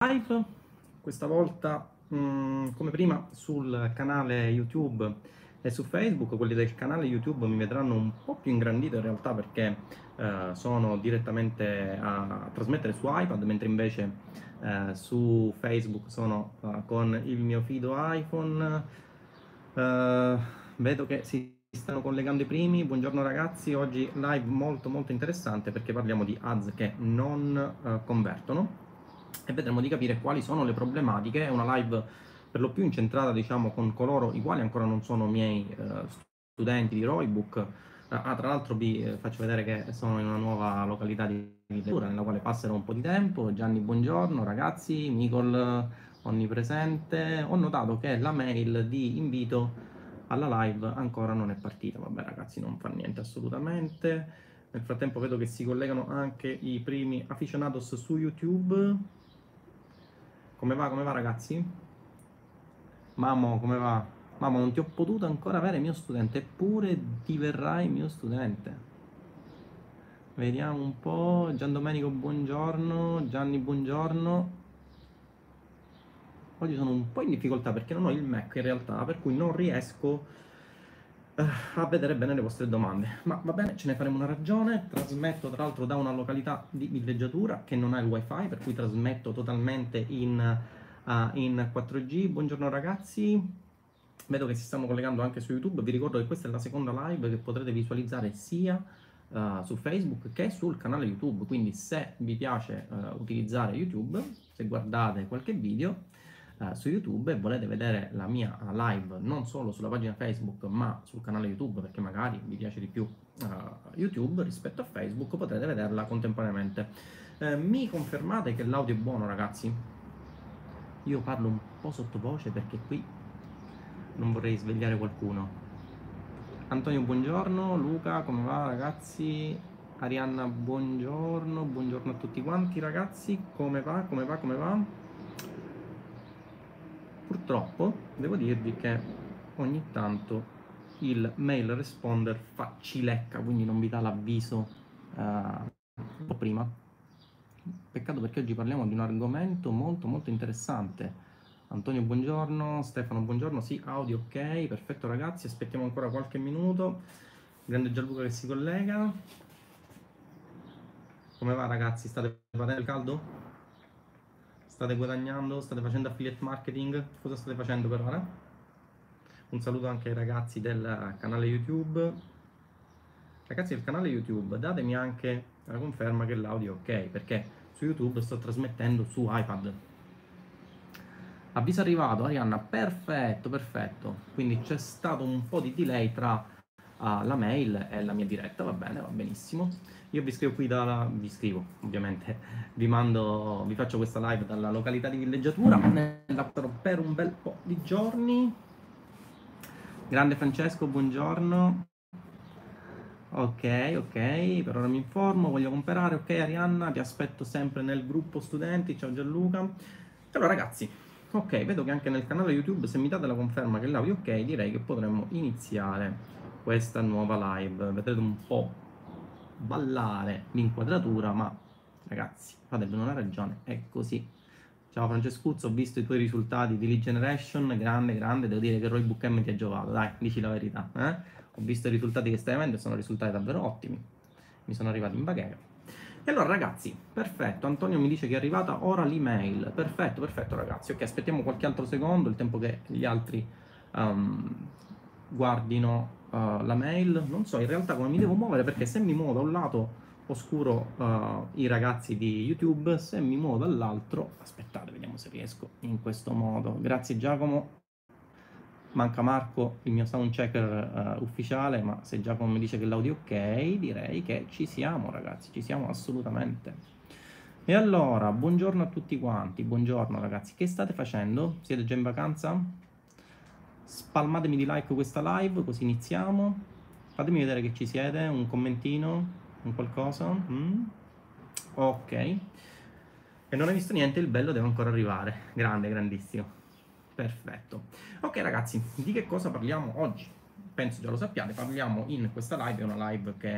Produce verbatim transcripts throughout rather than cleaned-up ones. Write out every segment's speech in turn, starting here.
live, questa volta mh, come prima sul canale YouTube e su Facebook. Quelli del canale YouTube mi vedranno un po' più ingrandito in realtà, perché eh, sono direttamente a trasmettere su iPad, mentre invece eh, su Facebook sono eh, con il mio fido iPhone. Eh, vedo che si stanno collegando i primi. Buongiorno ragazzi, oggi live molto molto interessante perché parliamo di ads che non eh, convertono e vedremo di capire quali sono le problematiche. È una live per lo più incentrata, diciamo, con coloro i quali ancora non sono miei eh, studenti di Roybook. Ah, tra l'altro vi eh, faccio vedere che sono in una nuova località di lettura nella quale passerò un po' di tempo. Gianni, buongiorno ragazzi, Micol onnipresente. Ho notato che la mail di invito alla live ancora non è partita. Vabbè ragazzi, non fa niente assolutamente. Nel frattempo vedo che si collegano anche i primi aficionados su YouTube. Come va, come va ragazzi? Mammo, come va? Mamma, non ti ho potuto ancora avere mio studente, eppure diverrai mio studente. Vediamo un po'. Gian Domenico, buongiorno. Gianni, buongiorno. Oggi sono un po' in difficoltà perché non ho il Mac in realtà, per cui non riesco eh, a vedere bene le vostre domande. Ma va bene, ce ne faremo una ragione. Trasmetto tra l'altro da una località di villeggiatura che non ha il wifi, per cui trasmetto totalmente in, uh, in quattro G. Buongiorno ragazzi. Vedo che si stanno collegando anche su YouTube. Vi ricordo che questa è la seconda live che potrete visualizzare sia uh, su Facebook che sul canale YouTube. Quindi se vi piace uh, utilizzare YouTube, se guardate qualche video uh, su YouTube e volete vedere la mia live non solo sulla pagina Facebook ma sul canale YouTube, perché magari vi piace di più uh, YouTube rispetto a Facebook, potrete vederla contemporaneamente. Uh, mi confermate che l'audio è buono ragazzi? Io parlo un po' sottovoce perché qui non vorrei svegliare qualcuno. Antonio, buongiorno. Luca, come va ragazzi? Arianna, buongiorno. Buongiorno a tutti quanti ragazzi. Come va? Come va? Come va? Purtroppo devo dirvi che ogni tanto il mail responder fa cilecca, quindi non vi dà l'avviso uh, un po' prima. Peccato, perché oggi parliamo di un argomento molto molto interessante. Antonio, buongiorno. Stefano, buongiorno. Sì, audio ok, perfetto ragazzi, aspettiamo ancora qualche minuto. Grande Gianluca che si collega. Come va ragazzi? State patendo il caldo? State guadagnando? State facendo affiliate marketing? Cosa state facendo per ora? Un saluto anche ai ragazzi del canale YouTube. Ragazzi del canale YouTube, datemi anche la conferma che l'audio è ok, perché su YouTube sto trasmettendo su iPad. Avviso arrivato, Arianna, perfetto, perfetto. Quindi c'è stato un po' di delay tra uh, la mail e la mia diretta, va bene, va benissimo. Io vi scrivo qui dalla... vi scrivo, ovviamente, vi mando, vi faccio questa live dalla località di villeggiatura, nella per un bel po' di giorni. Grande Francesco, buongiorno. Ok, ok, per ora mi informo, voglio comprare, ok Arianna, ti aspetto sempre nel gruppo studenti, ciao Gianluca. Allora ragazzi, ok, vedo che anche nel canale YouTube, se mi date la conferma che l'audio è ok, direi che potremmo iniziare questa nuova live. Vedrete un po' ballare l'inquadratura, ma ragazzi, fate bene una ragione, è così. Ciao Francescuzzo, ho visto i tuoi risultati di Lead Generation, grande, grande, devo dire che Roybook M ti ha giovato, dai, dici la verità, eh? Ho visto i risultati che stai avendo e sono risultati davvero ottimi, mi sono arrivati in bacheca. E allora ragazzi, perfetto, Antonio mi dice che è arrivata ora l'email, perfetto, perfetto ragazzi, ok, aspettiamo qualche altro secondo, il tempo che gli altri um, guardino uh, la mail. Non so in realtà come mi devo muovere, perché se mi muovo da un lato oscuro uh, i ragazzi di YouTube, se mi muovo dall'altro, aspettate, vediamo se riesco in questo modo. Grazie Giacomo. Manca Marco, il mio sound checker uh, ufficiale, ma se Giacomo mi dice che l'audio è ok, direi che ci siamo ragazzi, ci siamo assolutamente. E allora, buongiorno a tutti quanti, buongiorno ragazzi, che state facendo? Siete già in vacanza? Spalmatemi di like questa live, così iniziamo. Fatemi vedere che ci siete, un commentino, un qualcosa. Mm? Ok. E non hai visto niente, il bello deve ancora arrivare. Grande, grandissimo. Perfetto. Ok ragazzi, di che cosa parliamo oggi? Penso già lo sappiate, parliamo in questa live, è una live che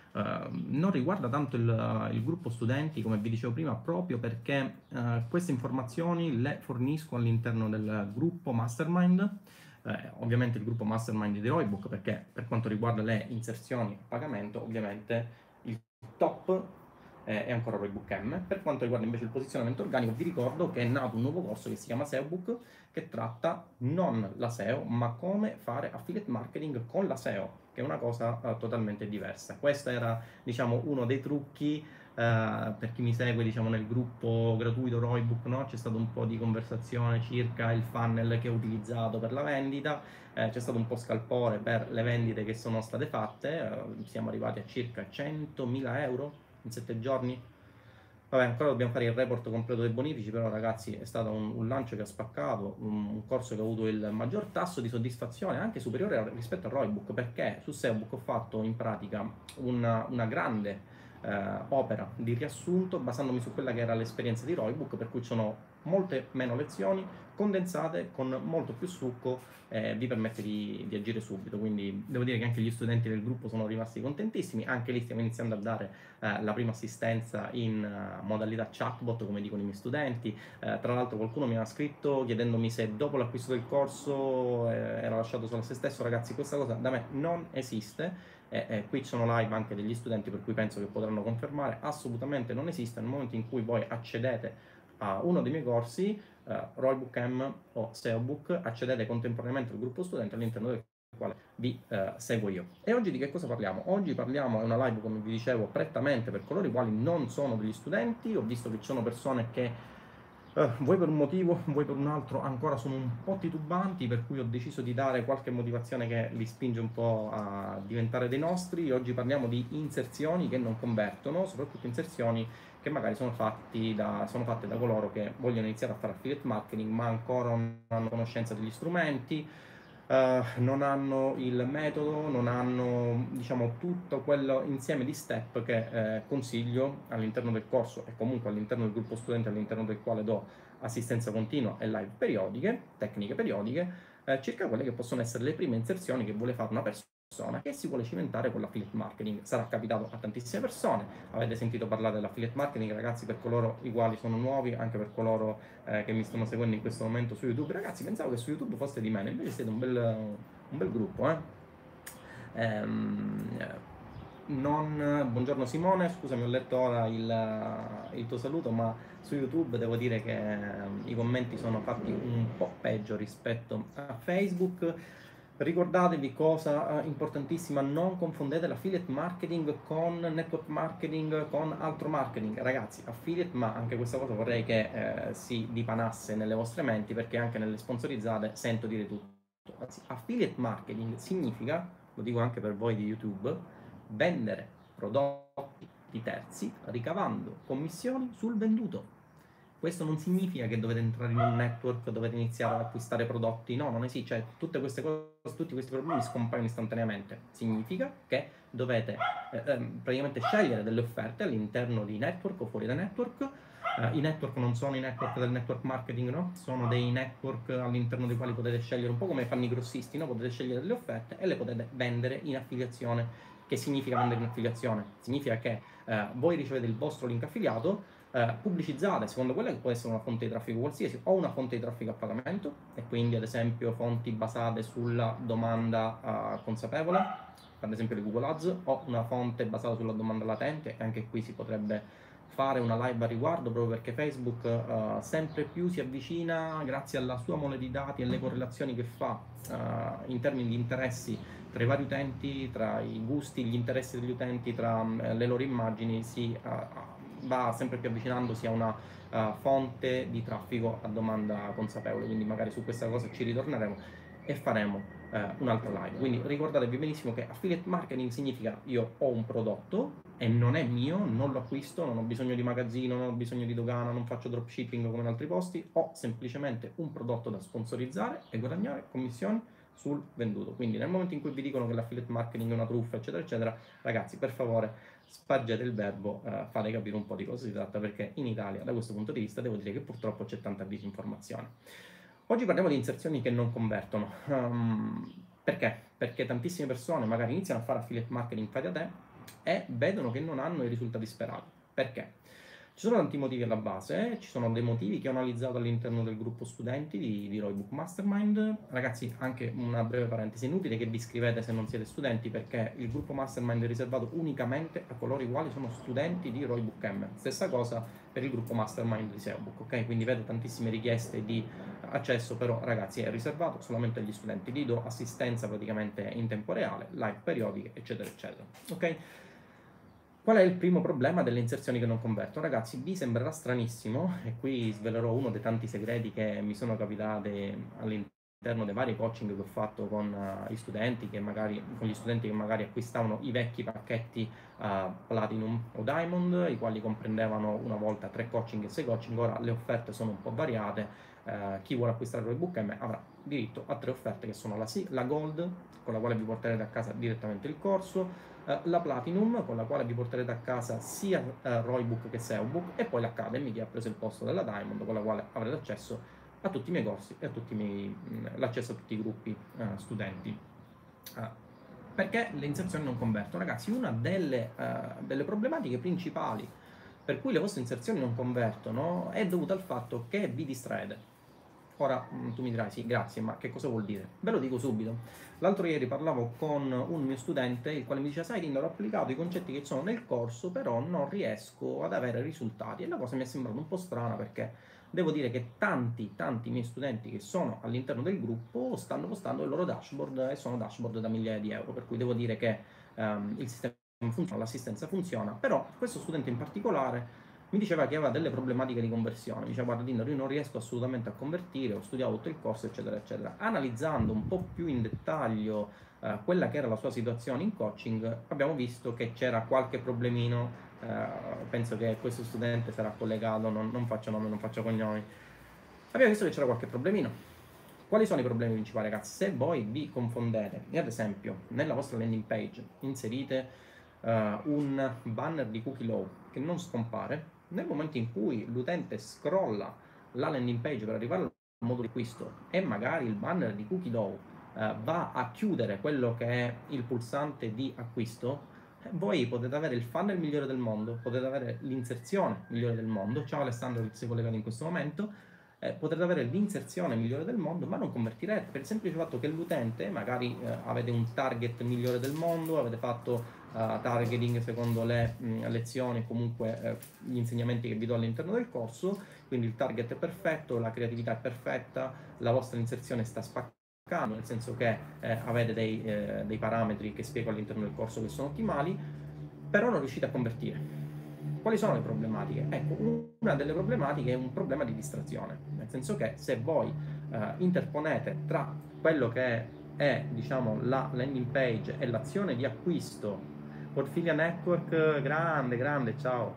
Uh, non riguarda tanto il, il gruppo studenti, come vi dicevo prima, proprio perché uh, queste informazioni le fornisco all'interno del gruppo Mastermind. Eh, ovviamente il gruppo Mastermind di Roybook, perché per quanto riguarda le inserzioni a pagamento, ovviamente il top eh, è ancora Roybook M. Per quanto riguarda invece il posizionamento organico, vi ricordo che è nato un nuovo corso che si chiama SEObook, che tratta non la S E O, ma come fare affiliate marketing con la S E O, che è una cosa uh, totalmente diversa. Questo era, diciamo, uno dei trucchi. Uh, per chi mi segue, diciamo, nel gruppo gratuito Roybook, no? C'è stato un po' di conversazione circa il funnel che ho utilizzato per la vendita, eh, c'è stato un po' scalpore per le vendite che sono state fatte, uh, siamo arrivati a circa centomila euro in sette giorni. Vabbè, ancora dobbiamo fare il report completo dei bonifici, però ragazzi è stato un, un lancio che ha spaccato, un, un corso che ha avuto il maggior tasso di soddisfazione, anche superiore a, rispetto a Roybook, perché su SEObook ho fatto in pratica una, una grande eh, opera di riassunto basandomi su quella che era l'esperienza di Roybook, per cui ci sono molte meno lezioni condensate con molto più succo, eh, vi permette di, di agire subito. Quindi devo dire che anche gli studenti del gruppo sono rimasti contentissimi, anche lì stiamo iniziando a dare eh, la prima assistenza in uh, modalità chatbot, come dicono i miei studenti. Eh, tra l'altro qualcuno mi ha scritto chiedendomi se dopo l'acquisto del corso eh, era lasciato solo a se stesso. Ragazzi, questa cosa da me non esiste. E, e qui ci sono live anche degli studenti, per cui penso che potranno confermare, assolutamente non esiste. Nel momento in cui voi accedete a uno dei miei corsi, uh, Roybook M o SEObook, accedete contemporaneamente al gruppo studente all'interno del quale vi uh, seguo io. E oggi di che cosa parliamo? Oggi parliamo, è una live, come vi dicevo, prettamente per coloro i quali non sono degli studenti. Ho visto che ci sono persone che Uh, vuoi per un motivo, vuoi per un altro, ancora sono un po' titubanti, per cui ho deciso di dare qualche motivazione che li spinge un po' a diventare dei nostri. Oggi parliamo di inserzioni che non convertono, soprattutto inserzioni che magari sono, fatti da, sono fatte da coloro che vogliono iniziare a fare affiliate marketing ma ancora non hanno conoscenza degli strumenti, Uh, non hanno il metodo, non hanno, diciamo, tutto quello insieme di step che eh, consiglio all'interno del corso e comunque all'interno del gruppo studente, all'interno del quale do assistenza continua e live periodiche, tecniche periodiche, eh, circa quelle che possono essere le prime inserzioni che vuole fare una persona che si vuole cimentare con l'affiliate marketing. Sarà capitato a tantissime persone, avete sentito parlare dell'affiliate marketing, ragazzi, per coloro i quali sono nuovi, anche per coloro eh, che mi stanno seguendo in questo momento su YouTube. Ragazzi, pensavo che su YouTube foste di meno, invece siete un bel, un bel gruppo, eh? Ehm, non... Buongiorno Simone, scusami, ho letto ora il, il tuo saluto, ma su YouTube devo dire che ehm, i commenti sono fatti un po' peggio rispetto a Facebook. Ricordatevi cosa eh, importantissima, non confondete l'affiliate marketing con network marketing, con altro marketing. Ragazzi, affiliate, ma anche questa cosa vorrei che eh, si dipanasse nelle vostre menti, perché anche nelle sponsorizzate sento dire tutto. Anzi, affiliate marketing significa, lo dico anche per voi di YouTube, vendere prodotti di terzi ricavando commissioni sul venduto. Questo non significa che dovete entrare in un network, dovete iniziare ad acquistare prodotti, no, non esiste, cioè tutte queste cose, tutti questi problemi scompaiono istantaneamente. Significa che dovete eh, ehm, praticamente scegliere delle offerte all'interno di network o fuori da network. Uh, I network non sono i network del network marketing, no? Sono dei network all'interno dei quali potete scegliere, un po' come fanno i grossisti, no? Potete scegliere delle offerte e le potete vendere in affiliazione. Che significa vendere in affiliazione? Significa che uh, voi ricevete il vostro link affiliato, Uh, pubblicizzate secondo quella che può essere una fonte di traffico qualsiasi o una fonte di traffico a pagamento, e quindi ad esempio fonti basate sulla domanda uh, consapevole, ad esempio le Google Ads, o una fonte basata sulla domanda latente, e anche qui si potrebbe fare una live a riguardo, proprio perché Facebook uh, sempre più si avvicina, grazie alla sua mole di dati e alle correlazioni che fa uh, in termini di interessi tra i vari utenti, tra i gusti, gli interessi degli utenti, tra um, le loro immagini, si uh, va sempre più avvicinandosi a una uh, fonte di traffico a domanda consapevole. Quindi magari su questa cosa ci ritorneremo e faremo uh, un'altra live. Quindi ricordatevi benissimo che affiliate marketing significa io ho un prodotto e non è mio, non lo acquisto, non ho bisogno di magazzino, non ho bisogno di dogana, non faccio dropshipping come in altri posti, ho semplicemente un prodotto da sponsorizzare e guadagnare commissioni sul venduto. Quindi nel momento in cui vi dicono che l'affiliate marketing è una truffa, eccetera eccetera, ragazzi, per favore spargete il verbo, eh, fate capire un po' di cosa si tratta, perché in Italia da questo punto di vista devo dire che purtroppo c'è tanta disinformazione. Oggi parliamo di inserzioni che non convertono. Um, perché? Perché tantissime persone magari iniziano a fare affiliate marketing fai da te, e vedono che non hanno i risultati sperati. Perché? Ci sono tanti motivi alla base, ci sono dei motivi che ho analizzato all'interno del gruppo studenti di, di Roybook Mastermind. Ragazzi, anche una breve parentesi, inutile che vi iscrivete se non siete studenti, perché il gruppo Mastermind è riservato unicamente a coloro i quali sono studenti di Roybook M. Stessa cosa per il gruppo Mastermind di SEObook, ok? Quindi vedo tantissime richieste di accesso, però ragazzi è riservato solamente agli studenti. Vi do assistenza praticamente in tempo reale, live periodiche, eccetera, eccetera, ok? Qual è il primo problema delle inserzioni che non convertono? Ragazzi, vi sembrerà stranissimo, e qui svelerò uno dei tanti segreti che mi sono capitati all'interno dei vari coaching che ho fatto con uh, gli studenti che magari, con gli studenti che magari acquistavano i vecchi pacchetti uh, Platinum o Diamond, i quali comprendevano una volta tre coaching e sei coaching. Ora le offerte sono un po' variate. Uh, chi vuole acquistare il Roybook M avrà diritto a tre offerte, che sono la, la Gold, con la quale vi porterete a casa direttamente il corso, la Platinum, con la quale vi porterete a casa sia uh, Roybook che SEObook, e poi l'Academy, che ha preso il posto della Diamond, con la quale avrete accesso a tutti i miei corsi e a tutti i miei, l'accesso a tutti i gruppi uh, studenti. Uh, perché le inserzioni non convertono? Ragazzi, una delle, uh, delle problematiche principali per cui le vostre inserzioni non convertono è dovuta al fatto che vi distraete. Ora tu mi dirai, sì, grazie, ma che cosa vuol dire? Ve lo dico subito. L'altro ieri parlavo con un mio studente, il quale mi diceva: sai Tinder, ho applicato i concetti che sono nel corso, però non riesco ad avere risultati. E la cosa mi è sembrata un po' strana, perché devo dire che tanti, tanti miei studenti che sono all'interno del gruppo stanno postando il loro dashboard, e sono dashboard da migliaia di euro, per cui devo dire che um, il sistema funziona, l'assistenza funziona. Però questo studente in particolare mi diceva che aveva delle problematiche di conversione. Diceva: guarda Tinder, io non riesco assolutamente a convertire, ho studiato tutto il corso, eccetera, eccetera. Analizzando un po' più in dettaglio eh, quella che era la sua situazione in coaching, abbiamo visto che c'era qualche problemino. Eh, penso che questo studente sarà collegato, non, non faccio nome, non faccio cognomi. Abbiamo visto che c'era qualche problemino. Quali sono i problemi principali, ragazzi? Se voi vi confondete e ad esempio nella vostra landing page inserite uh, un banner di cookie low che non scompare, nel momento in cui l'utente scrolla la landing page per arrivare al modulo di acquisto e magari il banner di cookie low uh, va a chiudere quello che è il pulsante di acquisto, voi potete avere il funnel migliore del mondo, potete avere l'inserzione migliore del mondo. Ciao Alessandro, che sei collegato in questo momento. Eh, potrete avere l'inserzione migliore del mondo, ma non convertirete, per il semplice fatto che l'utente, magari eh, avete un target migliore del mondo, avete fatto uh, targeting secondo le mh, lezioni, comunque eh, gli insegnamenti che vi do all'interno del corso, quindi il target è perfetto, la creatività è perfetta, la vostra inserzione sta spaccando, nel senso che eh, avete dei, eh, dei parametri che spiego all'interno del corso che sono ottimali, però non riuscite a convertire. Quali sono le problematiche? Ecco, una delle problematiche è un problema di distrazione, nel senso che se voi eh, interponete tra quello che è, è diciamo, la landing page e l'azione di acquisto, Porfilia Network, grande, grande, ciao.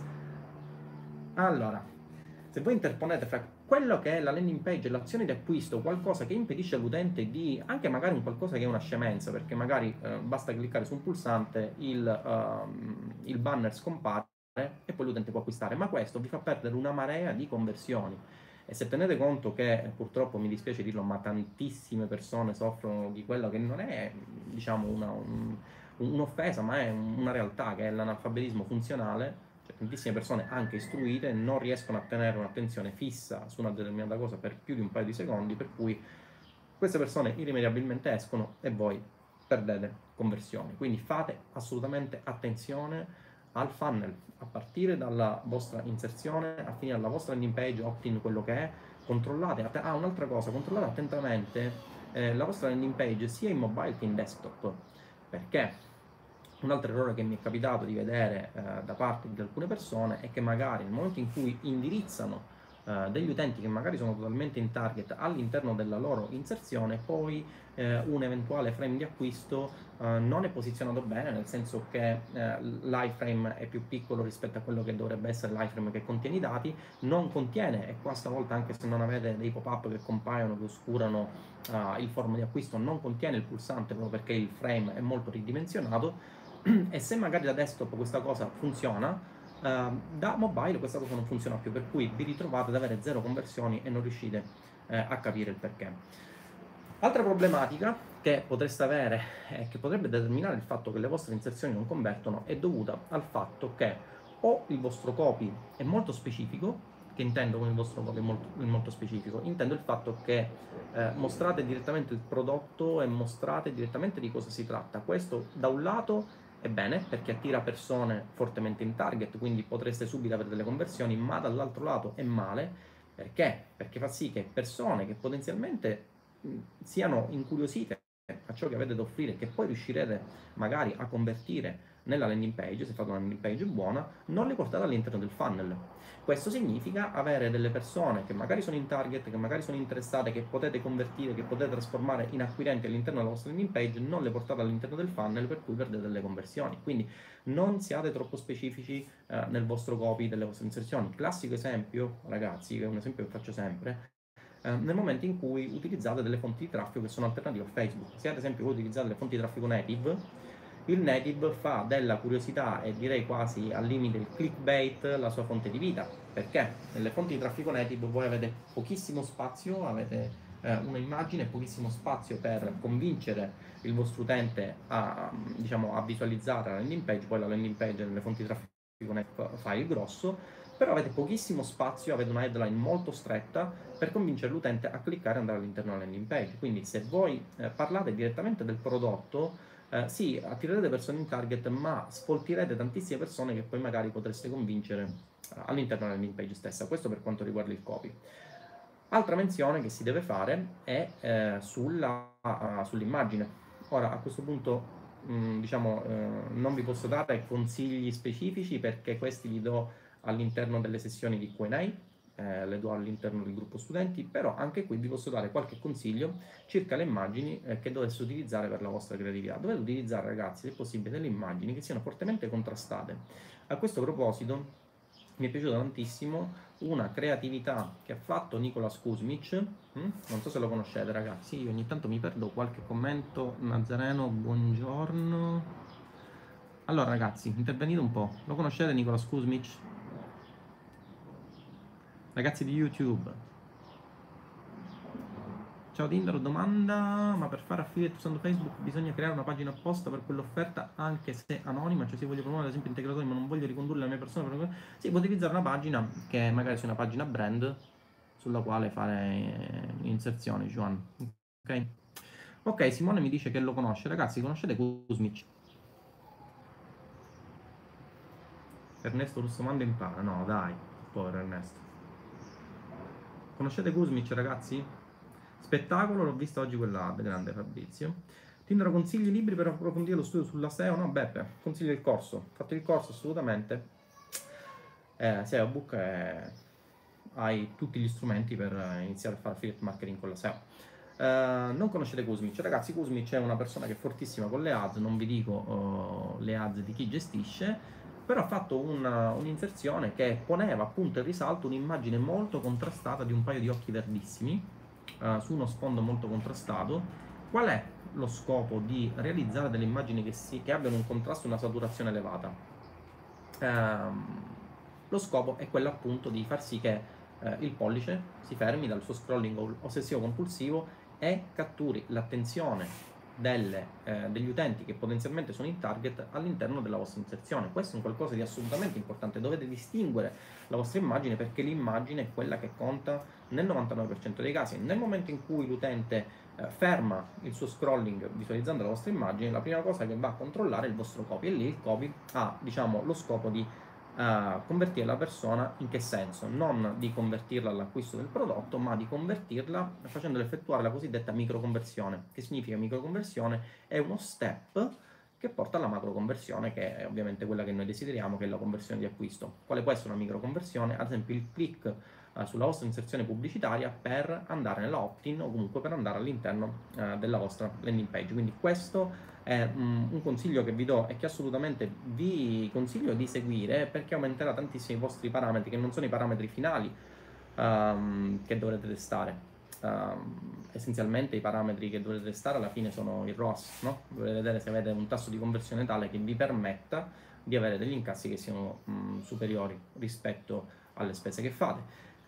Allora, se voi interponete fra quello che è la landing page e l'azione di acquisto qualcosa che impedisce all'utente di, anche magari un qualcosa che è una scemenza, perché magari eh, basta cliccare su un pulsante, il, uh, il banner scompare e poi l'utente può acquistare, ma questo vi fa perdere una marea di conversioni. E se tenete conto che, purtroppo mi dispiace dirlo, ma tantissime persone soffrono di quello che non è, diciamo, una, un, un'offesa, ma è una realtà, che è l'analfabetismo funzionale. Cioè, tantissime persone, anche istruite, non riescono a tenere un'attenzione fissa su una determinata cosa per più di un paio di secondi, per cui queste persone irrimediabilmente escono e voi perdete conversioni. Quindi fate assolutamente attenzione al funnel, a partire dalla vostra inserzione a finire alla vostra landing page, opt-in, quello che è. Controllate, ah, un'altra cosa, controllate attentamente eh, la vostra landing page sia in mobile che in desktop, perché un altro errore che mi è capitato di vedere eh, da parte di alcune persone è che magari nel momento in cui indirizzano Uh, degli utenti che magari sono totalmente in target all'interno della loro inserzione, poi eh, un eventuale frame di acquisto uh, non è posizionato bene, nel senso che eh, l'iframe è più piccolo rispetto a quello che dovrebbe essere l'iframe che contiene i dati, non contiene, e qua stavolta anche se non avete dei pop-up che compaiono che oscurano uh, il form di acquisto, non contiene il pulsante proprio perché il frame è molto ridimensionato. E se magari da desktop questa cosa funziona, Uh, da mobile questa cosa non funziona più, per cui vi ritrovate ad avere zero conversioni e non riuscite uh, a capire il perché. Altra problematica che potreste avere e che potrebbe determinare il fatto che le vostre inserzioni non convertono è dovuta al fatto che o il vostro copy è molto specifico, che intendo con il vostro copy è molto, è molto specifico, intendo il fatto che eh, mostrate direttamente il prodotto e mostrate direttamente di cosa si tratta. Questo da un lato è bene perché attira persone fortemente in target, quindi potreste subito avere delle conversioni, ma dall'altro lato è male perché? Perché fa sì che persone che potenzialmente mh, siano incuriosite a ciò che avete da offrire, che poi riuscirete magari a convertire nella landing page, se fate una landing page buona, non le portate all'interno del funnel. Questo significa avere delle persone che magari sono in target, che magari sono interessate, che potete convertire, che potete trasformare in acquirenti all'interno della vostra landing page, non le portate all'interno del funnel, per cui perdete delle conversioni. Quindi non siate troppo specifici eh, nel vostro copy delle vostre inserzioni. Classico esempio, ragazzi, che è un esempio che faccio sempre, eh, nel momento in cui utilizzate delle fonti di traffico che sono alternative a Facebook. Se ad esempio voi utilizzate le fonti di traffico native, il native fa della curiosità e direi quasi al limite il clickbait la sua fonte di vita. Perché nelle fonti di traffico native voi avete pochissimo spazio, avete eh, una immagine e pochissimo spazio per convincere il vostro utente a, diciamo, a visualizzare la landing page. Poi la landing page nelle fonti di traffico native fa il grosso, però avete pochissimo spazio, avete una headline molto stretta per convincere l'utente a cliccare e andare all'interno della landing page. Quindi se voi eh, parlate direttamente del prodotto, eh, sì, attirerete persone in target, ma sfoltirete tantissime persone che poi magari potreste convincere eh, all'interno della landing page stessa. Questo per quanto riguarda il copy. Altra menzione che si deve fare è eh, sulla, uh, sull'immagine. Ora, a questo punto, mh, diciamo, eh, non vi posso dare consigli specifici perché questi li do all'interno delle sessioni di Q and A, eh, le do all'interno del gruppo studenti, però anche qui vi posso dare qualche consiglio circa le immagini eh, che dovreste utilizzare per la vostra creatività. Dovete utilizzare, ragazzi, se possibile, delle immagini che siano fortemente contrastate. A questo proposito mi è piaciuta tantissimo una creatività che ha fatto Nicolas Kuzmic, hm? Non so se lo conoscete, ragazzi, io ogni tanto mi perdo qualche commento. Nazareno, buongiorno. Allora, ragazzi, intervenite un po', lo conoscete Nicolas Kuzmic? Ragazzi di YouTube. Ciao Tindaro, domanda, ma per fare affiliate usando Facebook bisogna creare una pagina apposta per quell'offerta anche se anonima, cioè se voglio promuovere ad esempio integratori ma non voglio ricondurre la mia persona, per... sì, puoi utilizzare una pagina che magari sia una pagina brand sulla quale fare inserzioni, Juan. Ok? Ok, Simone mi dice che lo conosce, ragazzi, conoscete Kuzmic? Ernesto Russomando impara, no dai, povero Ernesto. Conoscete Kuzmic, ragazzi? Spettacolo, l'ho visto oggi quella grande Fabrizio. Tindaro, consigli libri per approfondire lo studio sulla S E O? No, Beppe, consiglio il corso. Fate il corso assolutamente. Eh, S E O Book eh, hai tutti gli strumenti per iniziare a fare affiliate marketing con la S E O. Uh, non conoscete Kuzmic, ragazzi. Kuzmic è una persona che è fortissima con le ads, non vi dico uh, le ads di chi gestisce, però ha fatto una, un'inserzione che poneva appunto in risalto un'immagine molto contrastata di un paio di occhi verdissimi uh, su uno sfondo molto contrastato. Qual è lo scopo di realizzare delle immagini che, si, che abbiano un contrasto e una saturazione elevata? Um, lo scopo è quello appunto di far sì che uh, il pollice si fermi dal suo scrolling ossessivo compulsivo e catturi l'attenzione delle, eh, degli utenti che potenzialmente sono in target all'interno della vostra inserzione. Questo è un qualcosa di assolutamente importante. Dovete distinguere la vostra immagine perché l'immagine è quella che conta nel novantanove per cento dei casi. Nel momento in cui l'utente eh, ferma il suo scrolling visualizzando la vostra immagine, la prima cosa che va a controllare è il vostro copy, e lì il copy ha, diciamo, lo scopo di Uh, convertire la persona in che senso? Non di convertirla all'acquisto del prodotto, ma di convertirla facendole effettuare la cosiddetta microconversione. Che significa microconversione? È uno step che porta alla macroconversione, che è ovviamente quella che noi desideriamo, che è la conversione di acquisto. Quale può essere una microconversione? Ad esempio il click uh, sulla vostra inserzione pubblicitaria per andare nella opt-in o comunque per andare all'interno uh, della vostra landing page. Quindi questo è um, un consiglio che vi do e che assolutamente vi consiglio di seguire, perché aumenterà tantissimo i vostri parametri, che non sono i parametri finali um, che dovrete testare. Um, essenzialmente i parametri che dovrete testare alla fine sono il R O S, no? Dovete vedere se avete un tasso di conversione tale che vi permetta di avere degli incassi che siano um, superiori rispetto alle spese che fate.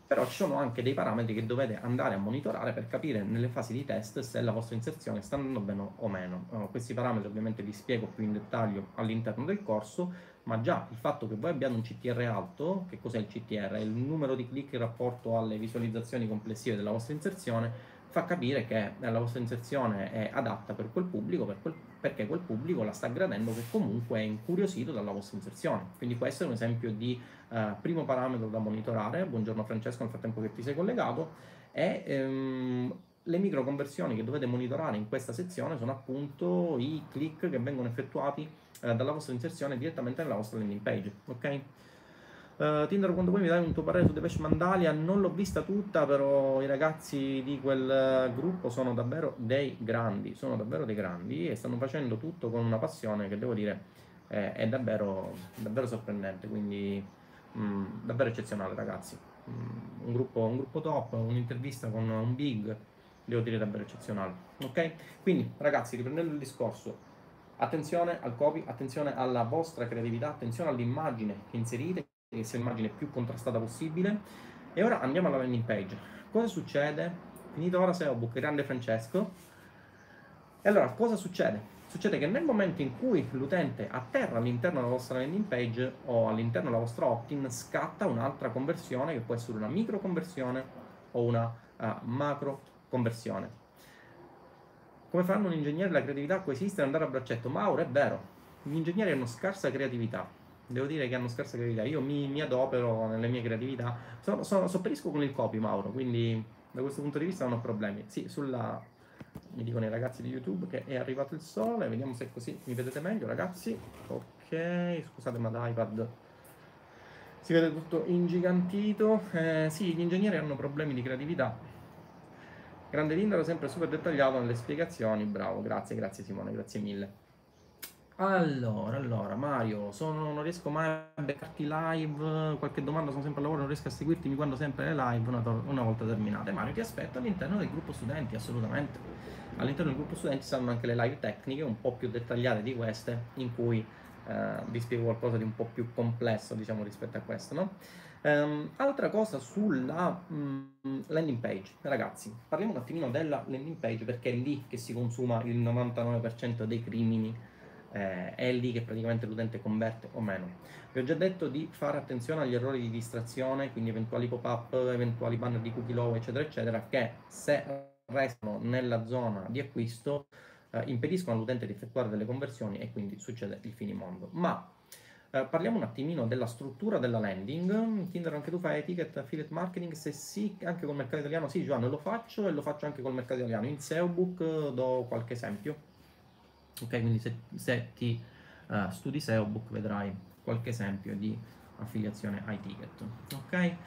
Però ci sono anche dei parametri che dovete andare a monitorare per capire nelle fasi di test se la vostra inserzione sta andando bene o meno. Uh, questi parametri ovviamente vi spiego più in dettaglio all'interno del corso, ma già il fatto che voi abbiate un C T R alto, che cos'è il C T R? È il numero di click in rapporto alle visualizzazioni complessive della vostra inserzione, fa capire che la vostra inserzione è adatta per quel pubblico, per quel, perché quel pubblico la sta gradendo, che comunque è incuriosito dalla vostra inserzione. Quindi questo è un esempio di uh, primo parametro da monitorare. Buongiorno Francesco, nel frattempo che ti sei collegato. E um, le micro conversioni che dovete monitorare in questa sezione sono appunto i click che vengono effettuati uh, dalla vostra inserzione direttamente nella vostra landing page, ok? Uh, Tinder, quando poi mi dai un tuo parere su Depeche Mandalia, non l'ho vista tutta, però i ragazzi di quel gruppo sono davvero dei grandi, sono davvero dei grandi e stanno facendo tutto con una passione che devo dire è, è davvero, davvero sorprendente, quindi mh, davvero eccezionale ragazzi. Mh, un, gruppo, un gruppo top, un'intervista con un big, devo dire davvero eccezionale, ok? Quindi ragazzi, riprendendo il discorso, attenzione al copy, attenzione alla vostra creatività, attenzione all'immagine che inserite, che sia l'immagine più contrastata possibile. E ora andiamo alla landing page. Cosa succede? Finito ora S E O Book, grande Francesco. E allora cosa succede? Succede che nel momento in cui l'utente atterra all'interno della vostra landing page o all'interno della vostra opt-in, scatta un'altra conversione che può essere una micro conversione o una uh, macro conversione. Come fanno un ingegnere la creatività coesiste e andare a braccetto? Mauro, è vero, gli ingegneri hanno scarsa creatività. Devo dire che hanno scarsa creatività. Io mi, mi adopero nelle mie creatività. Sono, sono, sopperisco con il copy, Mauro, quindi da questo punto di vista non ho problemi. Sì, sulla... mi dicono i ragazzi di YouTube che è arrivato il sole. Vediamo se così mi vedete meglio, ragazzi. Ok, scusate, ma da iPad si vede tutto ingigantito. Eh, sì, gli ingegneri hanno problemi di creatività. Grande Tindaro, sempre super dettagliato nelle spiegazioni. Bravo, grazie, grazie Simone, grazie mille. Allora, allora, Mario, sono, non riesco mai a beccarti live, qualche domanda, sono sempre al lavoro, non riesco a seguirti, mi guardo sempre le live una, una volta terminate. Mario, ti aspetto all'interno del gruppo studenti, assolutamente. All'interno del gruppo studenti saranno anche le live tecniche, un po' più dettagliate di queste, in cui eh, vi spiego qualcosa di un po' più complesso, diciamo, rispetto a questo, no? Um, altra cosa sulla um, landing page, ragazzi, parliamo un attimino della landing page, perché è lì che si consuma il novantanove per cento dei crimini. Eh, è lì che praticamente l'utente converte o meno. Vi ho già detto di fare attenzione agli errori di distrazione, quindi eventuali pop-up, eventuali banner di cookie low, eccetera, eccetera, che se restano nella zona di acquisto eh, impediscono all'utente di effettuare delle conversioni e quindi succede il finimondo. Ma eh, parliamo un attimino della struttura della landing. Tinder, anche tu fai etiquette affiliate marketing? Se sì, anche col mercato italiano? Sì, Giovanni, lo faccio e lo faccio anche col mercato italiano. In S E O Book do qualche esempio. Ok, quindi se, se ti uh, studi S E O Book vedrai qualche esempio di affiliazione ai ticket. Ok?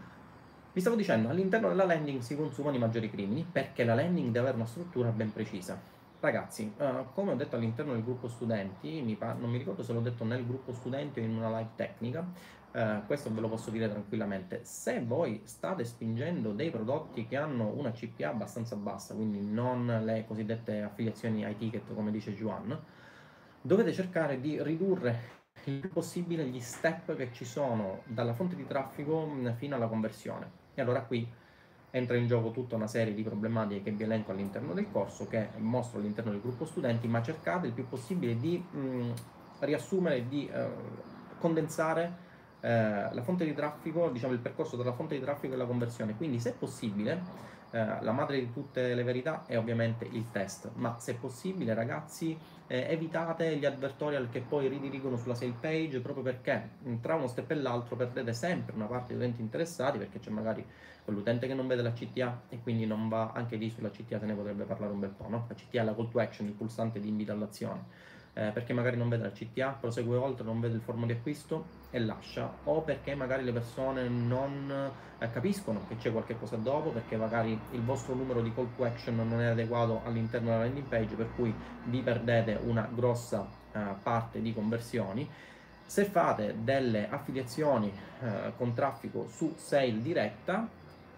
Vi stavo dicendo, all'interno della landing si consumano i maggiori crimini perché la landing deve avere una struttura ben precisa. Ragazzi, uh, come ho detto all'interno del gruppo studenti, mi non mi ricordo se l'ho detto nel gruppo studenti o in una live tecnica, uh, questo ve lo posso dire tranquillamente, se voi state spingendo dei prodotti che hanno una C P A abbastanza bassa, quindi non le cosiddette affiliazioni ai ticket come dice Juan, dovete cercare di ridurre il più possibile gli step che ci sono dalla fonte di traffico fino alla conversione. E allora qui entra in gioco tutta una serie di problematiche che vi elenco all'interno del corso, che mostro all'interno del gruppo studenti, ma cercate il più possibile di mh, riassumere, di eh, condensare eh, la fonte di traffico, diciamo il percorso tra la fonte di traffico e la conversione. Quindi se è possibile, eh, la madre di tutte le verità è ovviamente il test, ma se è possibile ragazzi eh, evitate gli advertorial che poi ridirigono sulla sale page, proprio perché tra uno step e l'altro perdete sempre una parte di utenti interessati, perché c'è magari quell'utente che non vede la C T A e quindi non va, anche lì sulla C T A se ne potrebbe parlare un bel po', no? La C T A è la call to action, il pulsante di invito all'azione, eh, perché magari non vede la C T A, prosegue oltre, non vede il forno di acquisto e lascia, o perché magari le persone non eh, capiscono che c'è qualche cosa dopo, perché magari il vostro numero di call to action non è adeguato all'interno della landing page, per cui vi perdete una grossa eh, parte di conversioni. Se fate delle affiliazioni eh, con traffico su sale diretta,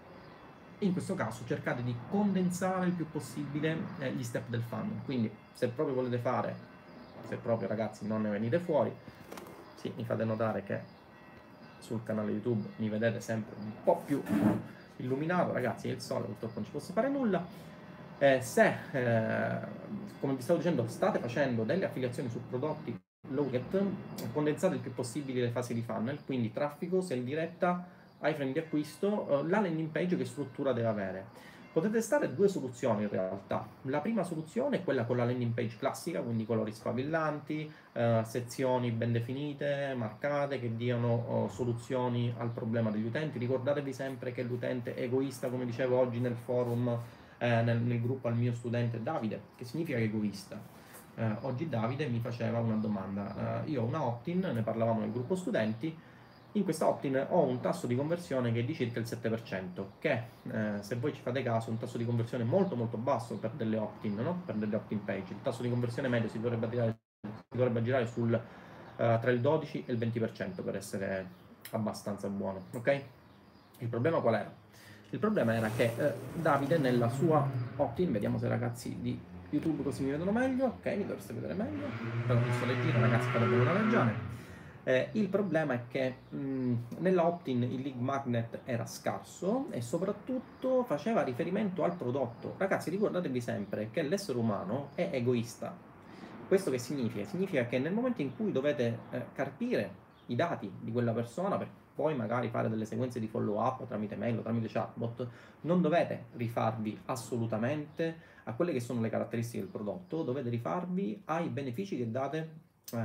in questo caso cercate di condensare il più possibile eh, gli step del funnel. Quindi se proprio volete fare, se proprio ragazzi non ne venite fuori, sì, mi fate notare che sul canale YouTube mi vedete sempre un po' più illuminato, ragazzi, è il sole, purtroppo non ci posso fare nulla. Eh, se, eh, come vi stavo dicendo, state facendo delle affiliazioni su prodotti low get, condensate il più possibile le fasi di funnel, quindi traffico, sale diretta, iframe di acquisto, eh, la landing page che struttura deve avere. Potete testare due soluzioni in realtà. La prima soluzione è quella con la landing page classica, quindi colori sfavillanti, eh, sezioni ben definite, marcate, che diano oh, soluzioni al problema degli utenti. Ricordatevi sempre che l'utente è egoista, come dicevo oggi nel forum, eh, nel, nel gruppo al mio studente Davide. Che significa egoista? Eh, oggi Davide mi faceva una domanda. Eh, io ho una opt-in, ne parlavamo nel gruppo studenti. In questa opt-in ho un tasso di conversione che è di circa il sette per cento, che eh, se voi ci fate caso è un tasso di conversione molto molto basso per delle opt-in, no? Per delle opt-in page. Il tasso di conversione medio si dovrebbe girare, si dovrebbe girare sul, uh, tra il dodici e il venti per cento per essere abbastanza buono, ok? Il problema qual era? Il problema era che eh, Davide nella sua opt-in, vediamo se ragazzi di YouTube così mi vedono meglio, ok, mi dovreste vedere meglio, però giusto leggino ragazzi, farebbe una ragione. Eh, il problema è che mh, nella opt-in il lead magnet era scarso e soprattutto faceva riferimento al prodotto. Ragazzi, ricordatevi sempre che l'essere umano è egoista. Questo che significa? Significa che nel momento in cui dovete eh, carpire i dati di quella persona per poi magari fare delle sequenze di follow up tramite mail o tramite chatbot, non dovete rifarvi assolutamente a quelle che sono le caratteristiche del prodotto, dovete rifarvi ai benefici che date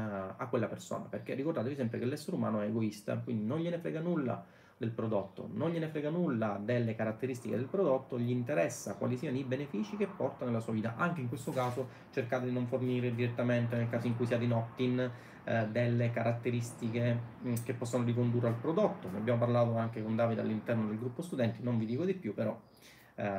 a quella persona, perché ricordatevi sempre che l'essere umano è egoista, quindi non gliene frega nulla del prodotto, non gliene frega nulla delle caratteristiche del prodotto, gli interessa quali siano i benefici che porta nella sua vita. Anche in questo caso cercate di non fornire direttamente, nel caso in cui siate in opt-in, eh, delle caratteristiche mh, che possono ricondurre al prodotto. Ne abbiamo parlato anche con Davide all'interno del gruppo studenti, non vi dico di più, però eh,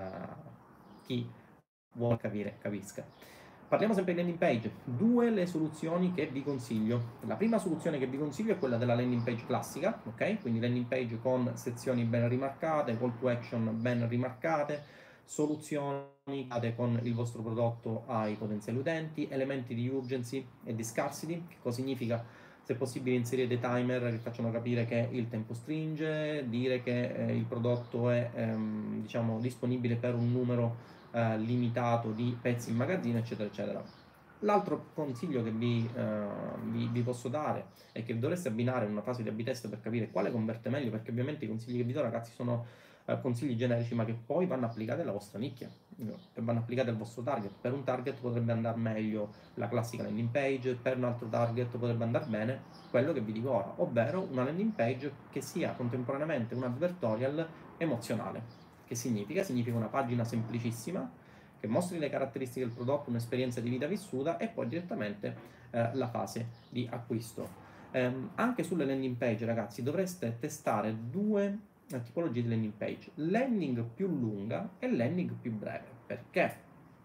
chi vuole capire capisca. Parliamo sempre di landing page. Due le soluzioni che vi consiglio. La prima soluzione che vi consiglio è quella della landing page classica, ok? Quindi landing page con sezioni ben rimarcate, call to action ben rimarcate, soluzioni date con il vostro prodotto ai potenziali utenti, elementi di urgency e di scarcity. Che cosa significa? Se è possibile inserire dei timer che facciano capire che il tempo stringe, dire che eh, il prodotto è ehm, diciamo disponibile per un numero Eh, limitato di pezzi in magazzino, eccetera, eccetera. L'altro consiglio che vi, eh, vi, vi posso dare è che dovreste abbinare una fase di A B test per capire quale converte meglio, perché ovviamente i consigli che vi do, ragazzi, sono eh, consigli generici, ma che poi vanno applicati alla vostra nicchia, che vanno applicati al vostro target. Per un target potrebbe andare meglio la classica landing page, per un altro target potrebbe andare bene quello che vi dico ora, ovvero una landing page che sia contemporaneamente un advertorial emozionale. Che significa? Significa una pagina semplicissima che mostri le caratteristiche del prodotto, un'esperienza di vita vissuta e poi direttamente eh, la fase di acquisto. Ehm, anche sulle landing page, ragazzi, dovreste testare due eh, tipologie di landing page: landing più lunga e landing più breve. Perché?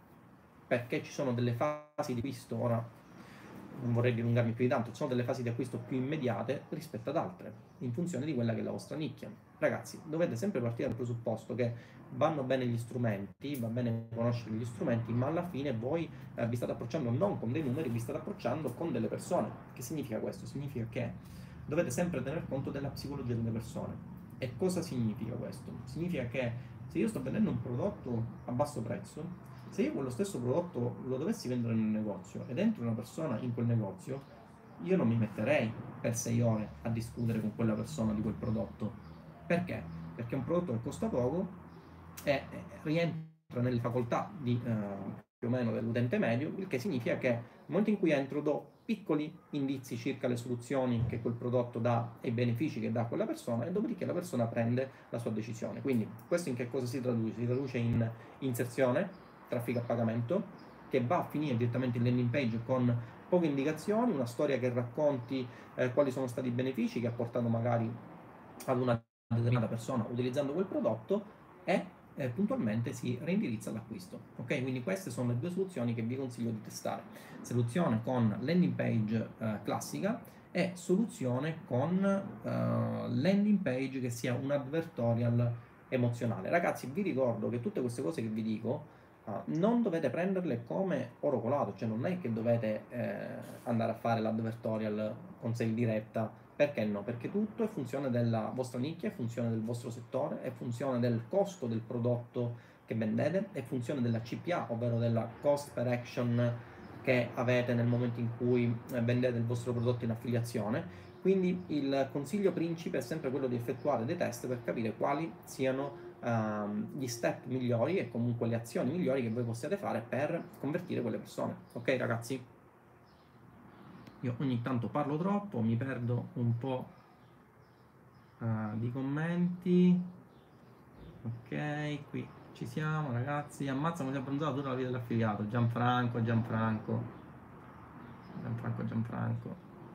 Perché ci sono delle fasi di acquisto, ora non vorrei dilungarmi più di tanto, ci sono delle fasi di acquisto più immediate rispetto ad altre, in funzione di quella che è la vostra nicchia. Ragazzi, dovete sempre partire dal presupposto che vanno bene gli strumenti, va bene conoscere gli strumenti, ma alla fine voi eh, vi state approcciando non con dei numeri, vi state approcciando con delle persone. Che significa questo? Significa che dovete sempre tener conto della psicologia delle persone. E cosa significa questo? Significa che se io sto vendendo un prodotto a basso prezzo, se io quello stesso prodotto lo dovessi vendere nel negozio ed entro una persona in quel negozio, io non mi metterei per sei ore a discutere con quella persona di quel prodotto. Perché? Perché è un prodotto che costa poco e rientra nelle facoltà di, eh, più o meno dell'utente medio, il che significa che nel momento in cui entro do piccoli indizi circa le soluzioni che quel prodotto dà e i benefici che dà a quella persona, e dopodiché la persona prende la sua decisione. Quindi questo in che cosa si traduce? Si traduce in inserzione, traffico a pagamento, che va a finire direttamente in landing page con poche indicazioni, una storia che racconti eh, quali sono stati i benefici che ha portato magari ad una determinata persona utilizzando quel prodotto, e eh, puntualmente si reindirizza l'acquisto. Ok, quindi queste sono le due soluzioni che vi consiglio di testare: soluzione con landing page eh, classica e soluzione con eh, landing page che sia un advertorial emozionale. Ragazzi, vi ricordo che tutte queste cose che vi dico Uh, non dovete prenderle come oro colato, cioè non è che dovete eh, andare a fare l'advertorial con sale diretta Perché no? Perché tutto è funzione della vostra nicchia, è funzione del vostro settore, è funzione del costo del prodotto che vendete, è funzione della C P A, ovvero della cost per action che avete nel momento in cui vendete il vostro prodotto in affiliazione. Quindi il consiglio principe è sempre quello di effettuare dei test per capire quali siano uh, gli step migliori e comunque le azioni migliori che voi possiate fare per convertire quelle persone. Ok ragazzi? Io ogni tanto parlo troppo, mi perdo un po' uh, di commenti. Ok, qui ci siamo ragazzi. Ammazza, come si è abbronzato tutta la vita dell'affiliato. Gianfranco, Gianfranco. Gianfranco, Gianfranco.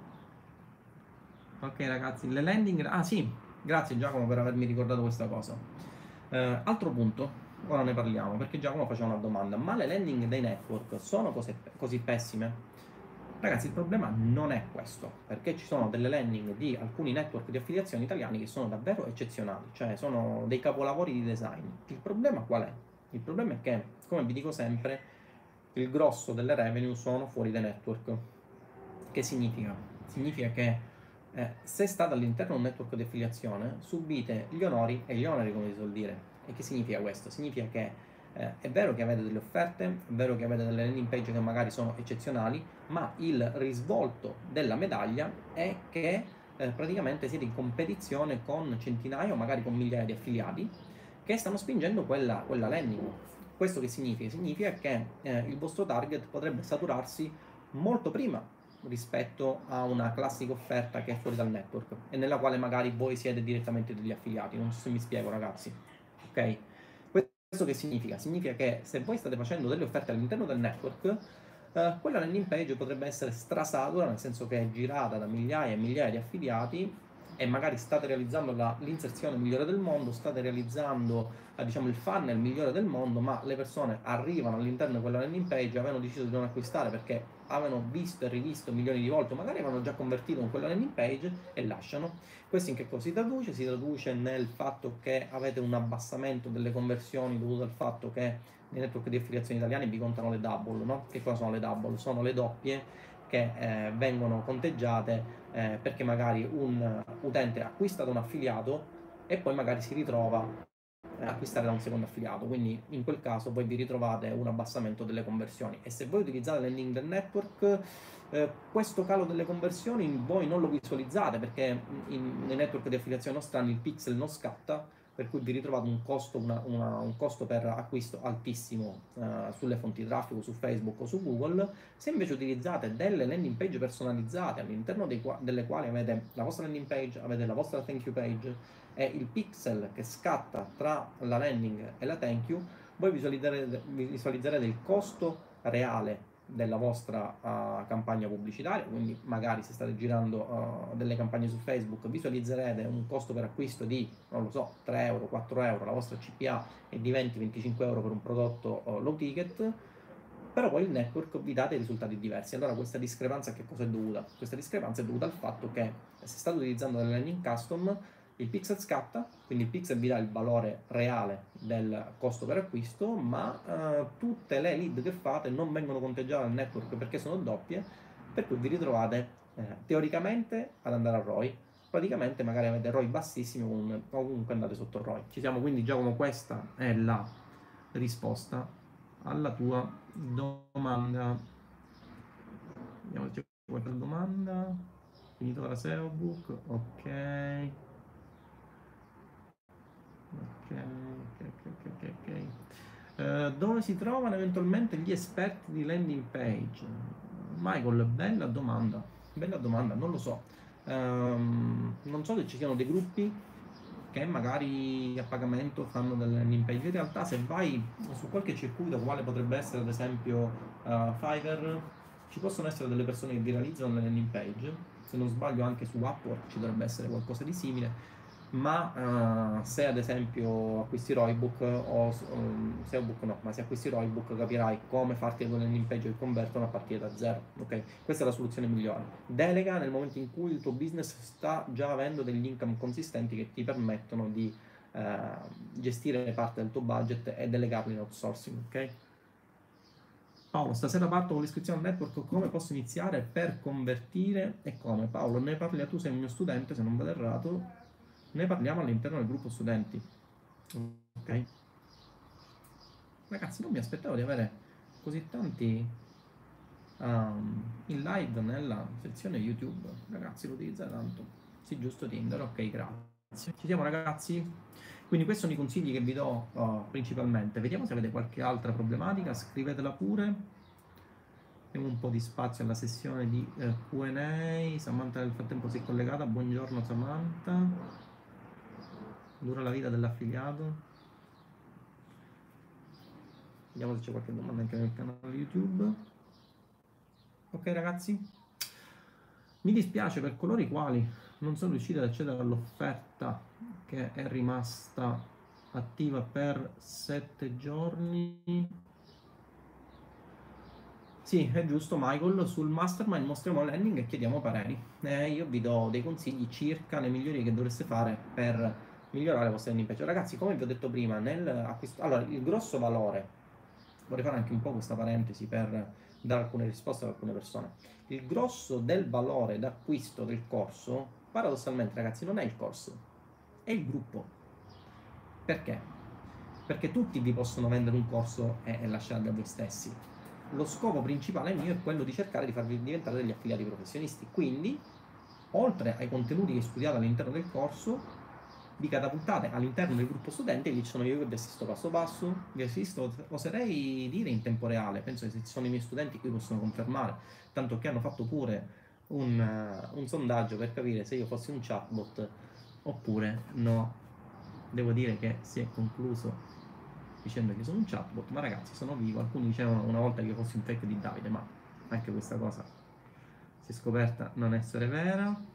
Ok ragazzi, le landing... Ah sì, grazie Giacomo per avermi ricordato questa cosa. Eh, altro punto, ora ne parliamo, perché Giacomo faceva una domanda. Ma le landing dei network sono cose, così pessime? Ragazzi, il problema non è questo, perché ci sono delle landing di alcuni network di affiliazione italiani che sono davvero eccezionali, cioè sono dei capolavori di design. Il problema qual è? Il problema è che, come vi dico sempre, il grosso delle revenue sono fuori dai network. Che significa? Significa che eh, se state all'interno di un network di affiliazione, subite gli onori e gli oneri, come si suol dire. E che significa questo? Significa che eh, è vero che avete delle offerte, è vero che avete delle landing page che magari sono eccezionali, ma il risvolto della medaglia è che eh, praticamente siete in competizione con centinaia o magari con migliaia di affiliati che stanno spingendo quella, quella landing. Questo che significa? Significa che eh, il vostro target potrebbe saturarsi molto prima rispetto a una classica offerta che è fuori dal network e nella quale magari voi siete direttamente degli affiliati. Non so se mi spiego ragazzi, ok? Questo che significa? Significa che se voi state facendo delle offerte all'interno del network, eh, quella landing page potrebbe essere strasatura, nel senso che è girata da migliaia e migliaia di affiliati e magari state realizzando la, l'inserzione migliore del mondo, state realizzando eh, diciamo il funnel migliore del mondo, ma le persone arrivano all'interno di quella landing page, avevano deciso di non acquistare perché avevano visto e rivisto milioni di volte, magari avevano già convertito con quella landing page e lasciano. Questo in che cosa si traduce? Si traduce nel fatto che avete un abbassamento delle conversioni dovuto al fatto che nei network di affiliazione italiani vi contano le double, no? Che cosa sono le double? Sono le doppie che eh, vengono conteggiate eh, perché magari un utente acquista da un affiliato e poi magari si ritrova a acquistare da un secondo affiliato, quindi in quel caso voi vi ritrovate un abbassamento delle conversioni e se voi utilizzate le link del network eh, questo calo delle conversioni voi non lo visualizzate perché in, nei network di affiliazione nostrani il pixel non scatta, per cui vi ritrovate un costo, una, una, un costo per acquisto altissimo eh, sulle fonti di traffico, su Facebook o su Google. Se invece utilizzate delle landing page personalizzate all'interno dei, delle quali avete la vostra landing page, avete la vostra thank you page e il pixel che scatta tra la landing e la thank you, voi visualizzerete, visualizzerete il costo reale della vostra uh, campagna pubblicitaria, quindi magari se state girando uh, delle campagne su Facebook visualizzerete un costo per acquisto di, non lo so, tre euro, quattro euro, la vostra C P A è di venti venticinque euro per un prodotto uh, low ticket, però poi il network vi dà dei risultati diversi. Allora questa discrepanza a che cosa è dovuta? Questa discrepanza è dovuta al fatto che se state utilizzando delle landing custom il pixel scatta, quindi il pixel vi dà il valore reale del costo per acquisto, ma eh, tutte le lead che fate non vengono conteggiate al network perché sono doppie, per cui vi ritrovate eh, teoricamente ad andare a R O I, praticamente magari avete R O I bassissimi o comunque andate sotto R O I. Ci siamo, quindi Giacomo, questa è la risposta alla tua domanda. Vediamo se c'è qualche domanda. Finito la S E O book, ok. Ok, ok, ok, ok, ok. Uh, dove si trovano eventualmente gli esperti di landing page? Michael, bella domanda, bella domanda, non lo so. Um, non so se ci siano dei gruppi che magari a pagamento fanno delle landing page. In realtà se vai su qualche circuito, quale potrebbe essere ad esempio uh, Fiverr, ci possono essere delle persone che vi realizzano le landing page. Se non sbaglio anche su Upwork ci dovrebbe essere qualcosa di simile. Ma uh, se ad esempio acquisti Roybook o um, se Book no, ma se acquisti Roybook capirai come farti le landing page che convertono a partire da zero, ok? Questa è la soluzione migliore. Delega nel momento in cui il tuo business sta già avendo degli income consistenti che ti permettono di uh, gestire parte del tuo budget e delegarli in outsourcing, ok? Paolo, stasera parto con l'iscrizione al network, come posso iniziare per convertire e come? Paolo, ne parli tu, sei un mio studente, se non vado errato, ne parliamo all'interno del gruppo studenti. Ok? Ragazzi, non mi aspettavo di avere così tanti um, in live nella sezione YouTube. Ragazzi, lo utilizzate tanto. Sì, giusto Tinder, ok, grazie. Ci siamo ragazzi? Quindi questi sono i consigli che vi do uh, principalmente. Vediamo se avete qualche altra problematica, scrivetela pure. Diamo un po' di spazio alla sessione di uh, Q and A. Samantha nel frattempo si è collegata. Buongiorno Samantha. Dura la vita dell'affiliato. Vediamo se c'è qualche domanda anche nel canale YouTube. Ok ragazzi? Mi dispiace per coloro i quali non sono riusciti ad accedere all'offerta che è rimasta attiva per sette giorni. Sì, è giusto Michael, sul mastermind mostriamo landing e chiediamo pareri. Eh, io vi do dei consigli circa le migliorie che dovreste fare per migliorare la vostra landing page. Ragazzi, come vi ho detto prima, nel acquisto... allora, il grosso valore, vorrei fare anche un po' questa parentesi per dare alcune risposte ad alcune persone. Il grosso del valore d'acquisto del corso, paradossalmente ragazzi, non è il corso, è il gruppo. Perché? Perché tutti vi possono vendere un corso e, e lasciarli a voi stessi. Lo scopo principale mio è quello di cercare di farvi diventare degli affiliati professionisti. Quindi, oltre ai contenuti che studiate all'interno del corso, vi catapultate all'interno del gruppo studenti e lì sono io che vi assisto passo passo, vi assisto, oserei dire in tempo reale, penso che se ci sono i miei studenti qui possono confermare, tanto che hanno fatto pure un, uh, un sondaggio per capire se io fossi un chatbot oppure no. Devo dire che si è concluso dicendo che sono un chatbot, ma ragazzi sono vivo, alcuni dicevano una volta che io fossi un fake di Davide, ma anche questa cosa si è scoperta non essere vera.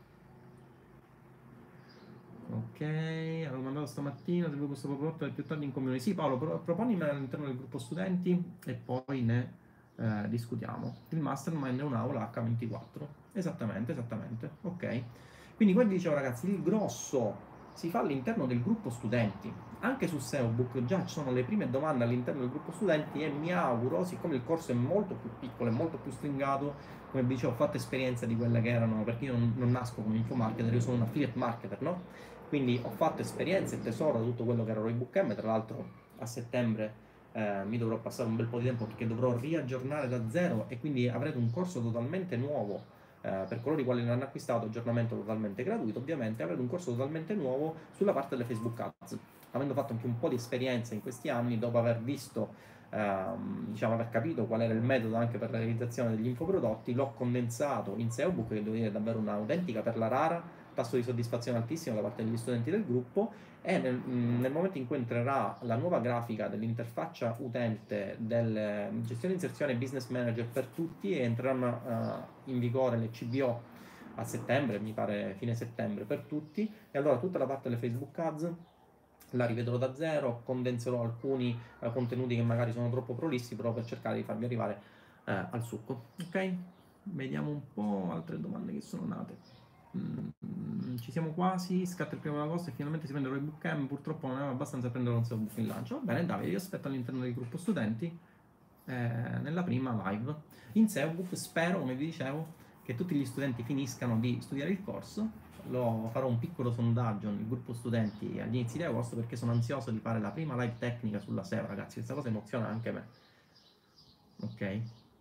Ok, avevo mandato stamattina, se vuoi questo prodotto più tardi in comune. Sì Paolo, pro proponimi all'interno del gruppo studenti e poi ne eh, discutiamo. Il mastermind è un'aula acca ventiquattro. Esattamente, esattamente. Ok. Quindi come vi dicevo ragazzi, il grosso si fa all'interno del gruppo studenti. Anche su SEObook già ci sono le prime domande all'interno del gruppo studenti e mi auguro, siccome il corso è molto più piccolo e molto più stringato, come vi dicevo ho fatto esperienza di quelle che erano, perché io non, non nasco come info marketer, io sono un affiliate marketer, no? Quindi ho fatto esperienze e tesoro da tutto quello che era Roybook M, tra l'altro a settembre eh, mi dovrò passare un bel po' di tempo perché dovrò riaggiornare da zero e quindi avrete un corso totalmente nuovo eh, per coloro i quali l'hanno acquistato, aggiornamento totalmente gratuito, ovviamente avrete un corso totalmente nuovo sulla parte delle Facebook Ads. Avendo fatto anche un po' di esperienza in questi anni, dopo aver visto, ehm, diciamo aver capito qual era il metodo anche per la realizzazione degli infoprodotti, l'ho condensato in SEObook, che devo dire è davvero un'autentica perla rara, tasso di soddisfazione altissimo da parte degli studenti del gruppo e nel, nel momento in cui entrerà la nuova grafica dell'interfaccia utente del gestione inserzione business manager per tutti e entreranno uh, in vigore le C B O a settembre, mi pare fine settembre per tutti, e allora tutta la parte delle Facebook Ads la rivedrò da zero, condenserò alcuni uh, contenuti che magari sono troppo prolissi però per cercare di farvi arrivare uh, al succo. Ok? Vediamo un po' altre domande che sono nate. Mm, ci siamo quasi, scatta il primo agosto e finalmente si prende il Roybook M, purtroppo non aveva abbastanza a prendere un SEObook in lancio. Va bene Davide, io aspetto all'interno del gruppo studenti eh, nella prima live. In SEObook spero, come vi dicevo, che tutti gli studenti finiscano di studiare il corso. Lo farò un piccolo sondaggio nel gruppo studenti agli inizi di agosto perché sono ansioso di fare la prima live tecnica sulla S E O, ragazzi, questa cosa emoziona anche me. Ok?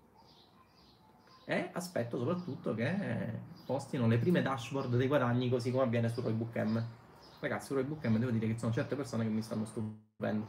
E aspetto soprattutto che postino le prime dashboard dei guadagni così come avviene su Roybook M. Ragazzi, su Roybook M devo dire che ci sono certe persone che mi stanno stupendo.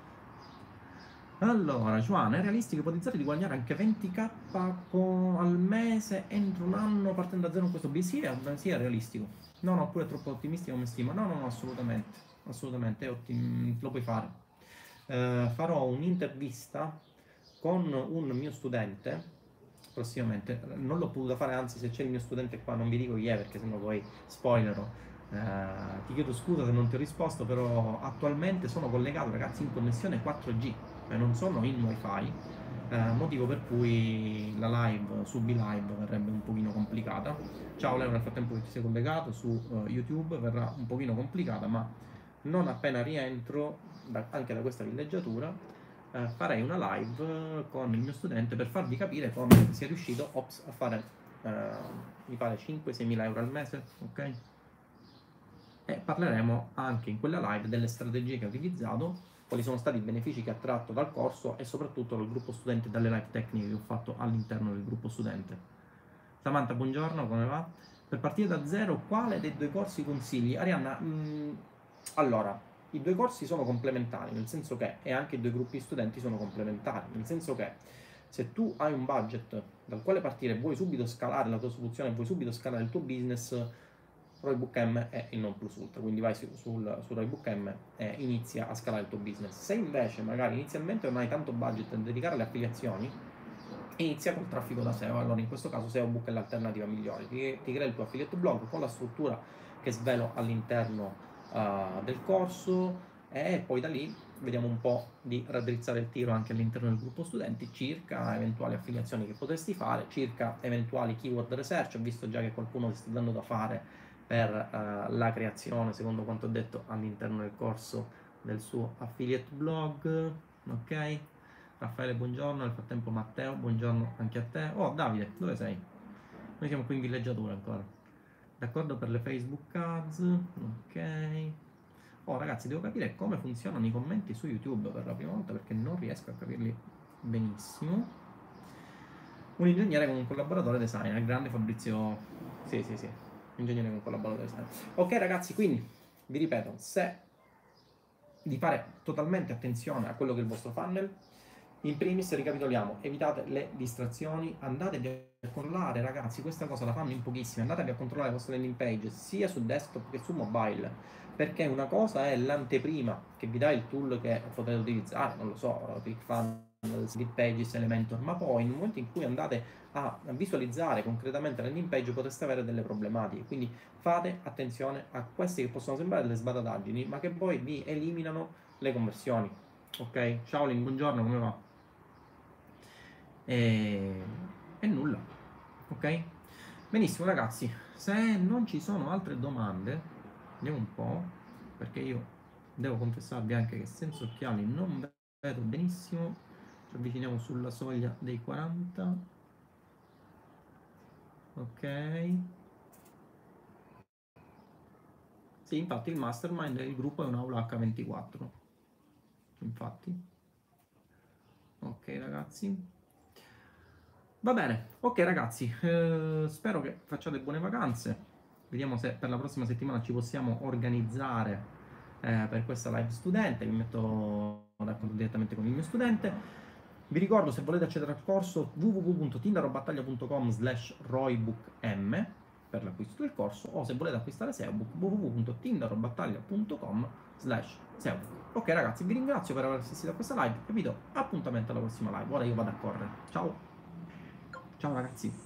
Allora, Giovanna, è realistico ipotizzare di guadagnare anche venti k al mese entro un anno partendo da zero in questo B? Sì, è, sì, è realistico. No, no, pure è troppo ottimistico come stima. No, no, no, assolutamente. Assolutamente, è ottim- lo puoi fare. Uh, farò un'intervista con un mio studente prossimamente, non l'ho potuta fare, anzi se c'è il mio studente qua non vi dico chi è perché sennò poi spoilerò. Uh, ti chiedo scusa se non ti ho risposto, però attualmente sono collegato ragazzi in connessione quattro G, cioè non sono in wifi, uh, motivo per cui la live su BeLive verrebbe un pochino complicata. Ciao Leo, nel frattempo che ti sei collegato su uh, YouTube verrà un pochino complicata, ma non appena rientro da, anche da questa villeggiatura, uh, eh, farei una live con il mio studente per farvi capire come sia riuscito ops, a fare, eh, mi pare cinque sei mila euro al mese, ok? E parleremo anche in quella live delle strategie che ha utilizzato, quali sono stati i benefici che ha tratto dal corso e soprattutto dal gruppo studente e dalle live tecniche che ho fatto all'interno del gruppo studente. Samantha, buongiorno, come va? Per partire da zero, quale dei due corsi consigli? Arianna, mh, allora, i due corsi sono complementari, nel senso che, e anche i due gruppi studenti sono complementari, nel senso che se tu hai un budget dal quale partire e vuoi subito scalare la tua soluzione, vuoi subito scalare il tuo business, Roybook M è il non plus ultra, quindi vai su, sul, su Roybook M e inizia a scalare il tuo business. Se invece magari inizialmente non hai tanto budget da dedicare alle affiliazioni, inizia col traffico da S E O. Allora in questo caso S E O Book è l'alternativa migliore. Ti, ti crea il tuo affiliate blog con la struttura che svelo all'interno uh, del corso e poi da lì vediamo un po' di raddrizzare il tiro anche all'interno del gruppo studenti circa eventuali affiliazioni che potresti fare, circa eventuali keyword research. Ho visto già che qualcuno ti sta dando da fare per uh, la creazione, secondo quanto ho detto, all'interno del corso del suo affiliate blog, ok? Raffaele, buongiorno, nel frattempo Matteo, buongiorno anche a te. Oh, Davide, dove sei? Noi siamo qui in villeggiatura ancora. D'accordo per le Facebook Ads, ok. Oh ragazzi, devo capire come funzionano i commenti su YouTube per la prima volta perché non riesco a capirli benissimo. Un ingegnere con un collaboratore designer, grande Fabrizio. Sì, sì, sì, ingegnere con un collaboratore designer. Ok ragazzi, quindi vi ripeto, se di fare totalmente attenzione a quello che è il vostro funnel. In primis, ricapitoliamo, evitate le distrazioni, andatevi a controllare, ragazzi, questa cosa la fanno in pochissimi, andatevi a controllare le vostre landing page sia su desktop che su mobile, perché una cosa è l'anteprima che vi dà il tool che potete utilizzare, non lo so, ClickFunnels, Leadpages, Elementor, ma poi nel momento in cui andate a visualizzare concretamente la landing page potreste avere delle problematiche, quindi fate attenzione a queste che possono sembrare delle sbadataggini, ma che poi vi eliminano le conversioni. Ok? Shaolin, buongiorno, come va? E, e nulla, ok? Benissimo ragazzi, se non ci sono altre domande, vediamo un po', perché io devo confessarvi anche che senza occhiali non vedo benissimo, ci avviciniamo sulla soglia dei quaranta, ok? Sì, infatti il mastermind del gruppo è un'aula acca ventiquattro, infatti, ok ragazzi. Va bene, ok ragazzi, eh, spero che facciate buone vacanze. Vediamo se per la prossima settimana ci possiamo organizzare eh, per questa live studente. Mi metto d'accordo direttamente con il mio studente. Vi ricordo, se volete accedere al corso, w w w punto tindarobattaglia punto com slash roybookm per l'acquisto del corso, o se volete acquistare S E O Book, w w w punto tindarobattaglia punto com slash S E O Book. Ok ragazzi, vi ringrazio per aver assistito a questa live e vi do appuntamento alla prossima live. Ora io vado a correre. Ciao! Ciao ragazzi!